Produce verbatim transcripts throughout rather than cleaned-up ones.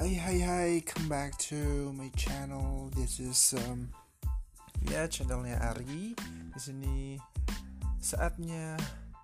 Hai hai hai, come back to my channel. This is um ya channelnya Ari. Di sini saatnya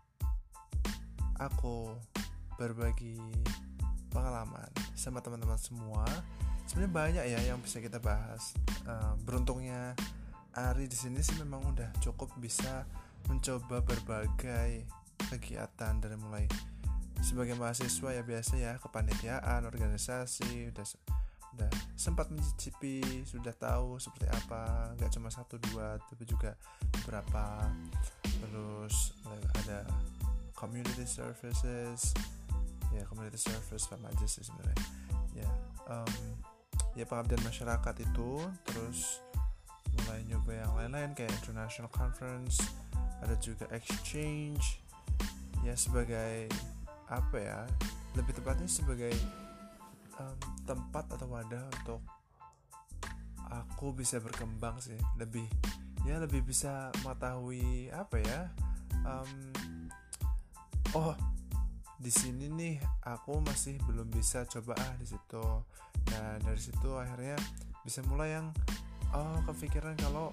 aku berbagi pengalaman sama teman-teman semua. Sebenarnya banyak ya yang bisa kita bahas. Uh, beruntungnya Ari di sini sih memang udah cukup bisa mencoba berbagai kegiatan dari mulai sebagai mahasiswa ya biasa ya kepanitiaan, organisasi, udah udah sempat mencicipi, sudah tahu seperti apa, nggak cuma satu dua tapi juga beberapa. Terus ada community services, ya community service sama aja sih sebenarnya. Ya, um, ya pengabdian masyarakat itu, terus mulai nyoba yang lain-lain kayak international conference, ada juga exchange, ya sebagai apa ya, lebih tepatnya sebagai um, tempat atau wadah untuk aku bisa berkembang sih, lebih ya lebih bisa mengetahui apa ya, um, oh di sini nih aku masih belum bisa coba ah di situ. Nah dari situ akhirnya bisa mulai yang oh kepikiran kalau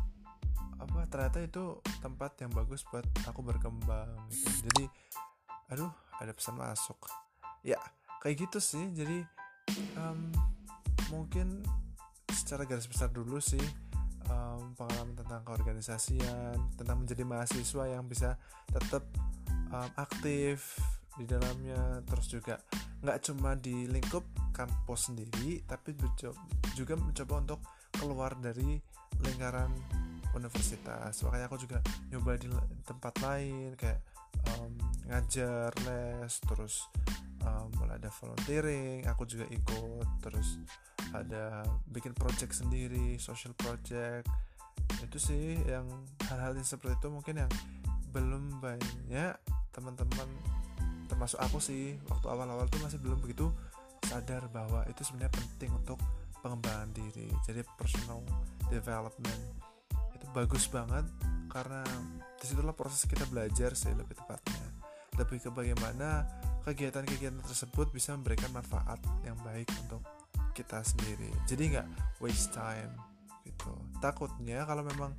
apa ternyata itu tempat yang bagus buat aku berkembang gitu. Jadi aduh ada pesan masuk ya kayak gitu sih. Jadi um, mungkin secara garis besar dulu sih um, pengalaman tentang keorganisasian, tentang menjadi mahasiswa yang bisa tetap um, aktif di dalamnya, terus juga nggak cuma di lingkup kampus sendiri tapi juga mencoba untuk keluar dari lingkaran universitas. Makanya aku juga nyoba di tempat lain kayak um, ngajar les, terus um, mulai ada volunteering, aku juga ikut, terus ada bikin project sendiri, social project. Itu sih yang hal-hal yang seperti itu mungkin yang belum banyak teman-teman, termasuk aku sih waktu awal-awal tuh masih belum begitu sadar bahwa itu sebenarnya penting untuk pengembangan diri. Jadi personal development itu bagus banget karena disitulah proses kita belajar sih, lebih tepatnya lebih ke bagaimana kegiatan-kegiatan tersebut bisa memberikan manfaat yang baik untuk kita sendiri. Jadi nggak waste time gitu. Takutnya kalau memang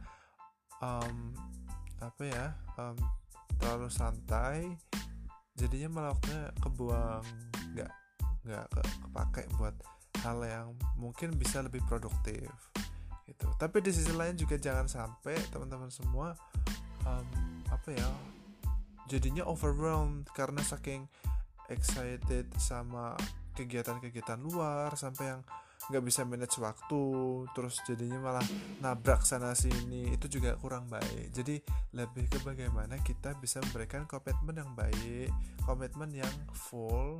um, apa ya um, terlalu santai, jadinya malah waktunya kebuang, nggak nggak ke, kepake buat hal yang mungkin bisa lebih produktif gitu. Tapi di sisi lain juga jangan sampai teman-teman semua um, apa ya jadinya overwhelmed karena saking excited sama kegiatan-kegiatan luar sampai yang nggak bisa manage waktu, terus jadinya malah nabrak sana sini. Itu juga kurang baik. Jadi lebih ke bagaimana kita bisa memberikan komitmen yang baik, komitmen yang full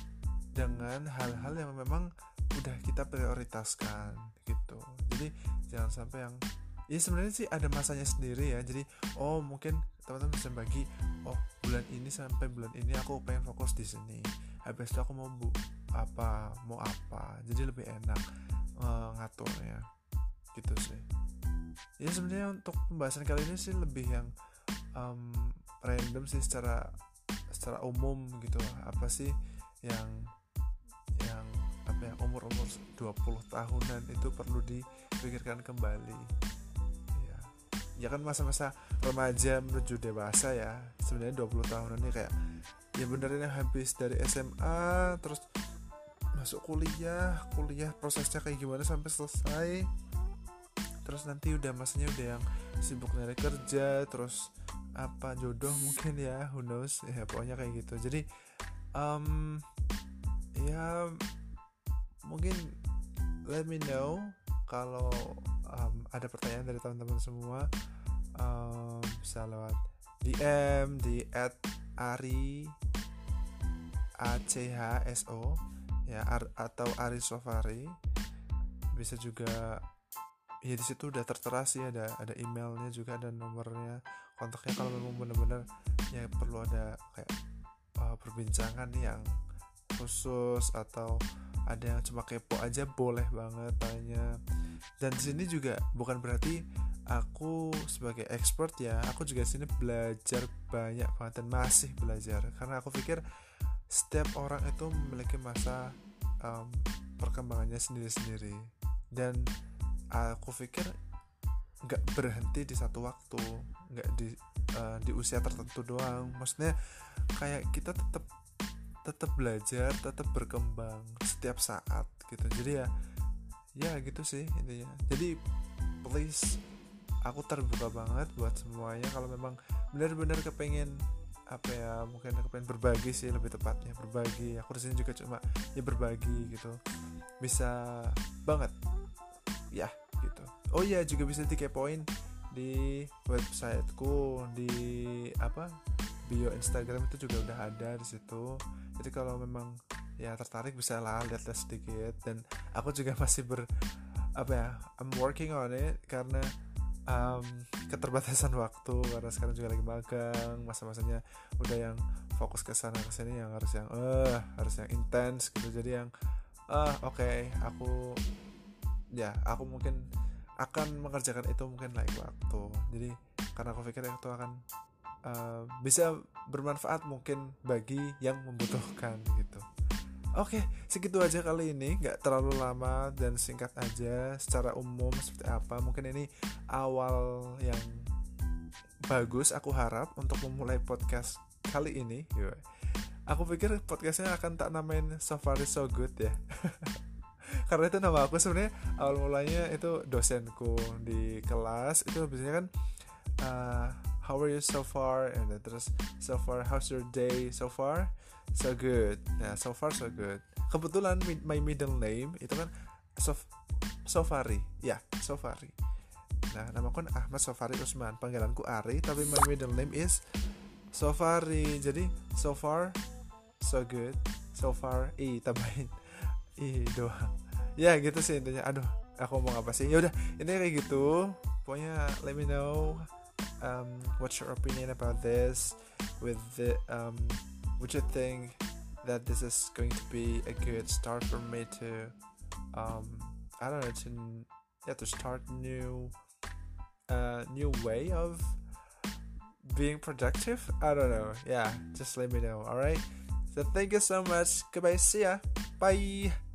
dengan hal-hal yang memang udah kita prioritaskan gitu. Jadi jangan sampai yang ya sebenarnya sih ada masanya sendiri ya. Jadi oh mungkin teman-teman bisa bagi, oh bulan ini sampai bulan ini aku pengen fokus di sini, habis itu aku mau bu apa mau apa, jadi lebih enak uh, ngaturnya gitu sih. Ya sebenarnya untuk pembahasan kali ini sih lebih yang um, random sih, secara secara umum gitu. Apa sih yang yang apa ya umur-umur dua puluh tahunan itu perlu dipikirkan kembali. Ya kan masa-masa remaja menuju dewasa ya. Sebenarnya dua puluh tahunan ini kayak ya beneran yang habis dari S M A terus masuk kuliah, kuliah prosesnya kayak gimana sampai selesai. Terus nanti udah masanya udah yang sibuk nyari kerja, terus apa jodoh mungkin ya, who knows ya, pokoknya kayak gitu. Jadi um, ya mungkin let me know kalau um, ada pertanyaan dari teman-teman semua. Um, bisa lewat D M di at ari a c h s o ya ar, atau Ari Sofari. Bisa juga ya di situ udah tertera sih, ada ada emailnya juga, ada nomornya, kontaknya kalau memang benar-benar ya perlu ada kayak uh, perbincangan yang khusus atau ada yang cuma kepo aja boleh banget tanya. Dan di sini juga bukan berarti aku sebagai expert ya, aku juga sini belajar banyak banget dan masih belajar, karena aku pikir setiap orang itu memiliki masa um, perkembangannya sendiri-sendiri. Dan aku pikir nggak berhenti di satu waktu, nggak di uh, di usia tertentu doang. Maksudnya kayak kita tetap tetap belajar, tetap berkembang setiap saat gitu. Jadi ya ya gitu sih intinya. Jadi please, aku terbuka banget buat semuanya. Kalau memang benar-benar kepengen apa ya, mungkin kepengen berbagi sih lebih tepatnya, berbagi. Aku di sini juga cuma ya berbagi gitu. Bisa banget ya gitu. Oh iya, juga bisa dikepoin di websiteku, di apa bio Instagram itu juga udah ada di situ. Jadi kalau memang ya tertarik bisa lah lihat-lihat sedikit. Dan aku juga masih ber apa ya I'm working on it karena um, keterbatasan waktu, karena sekarang juga lagi magang, masa-masanya udah yang fokus ke sana ke sini, yang harus yang eh uh, harus yang intens gitu. Jadi yang ah uh, oke okay, aku ya aku mungkin akan mengerjakan itu mungkin lain waktu. Jadi karena aku pikir itu akan uh, bisa bermanfaat mungkin bagi yang membutuhkan gitu. Oke, segitu aja kali ini, gak terlalu lama dan singkat aja. Secara umum seperti apa, mungkin ini awal yang bagus aku harap untuk memulai podcast kali ini. Aku pikir podcastnya akan tak namain So Far So Good ya. Karena itu nama aku sebenarnya awal mulanya itu dosenku di kelas. Itu biasanya kan uh, how are you so far, and then terus so far how's your day so far. So good. Nah, so far so good. Kebetulan my middle name itu kan Sof Sofari. Ya, Sofari. Nah, namaku kan Ahmad Sofari Usman. Panggilanku Ari, tapi my middle name is Sofari. Jadi so far so good. So far i tambahin i doang. Ya, gitu sih intinya. Aduh, aku ngomong apa sih? Ya udah, intinya kayak gitu. Pokoknya let me know um what's your opinion about this, with the um would you think that this is going to be a good start for me to um I don't know to yeah to start new uh new way of being productive? I don't know. Yeah, just let me know. All right, so thank you so much. Goodbye, see ya, bye.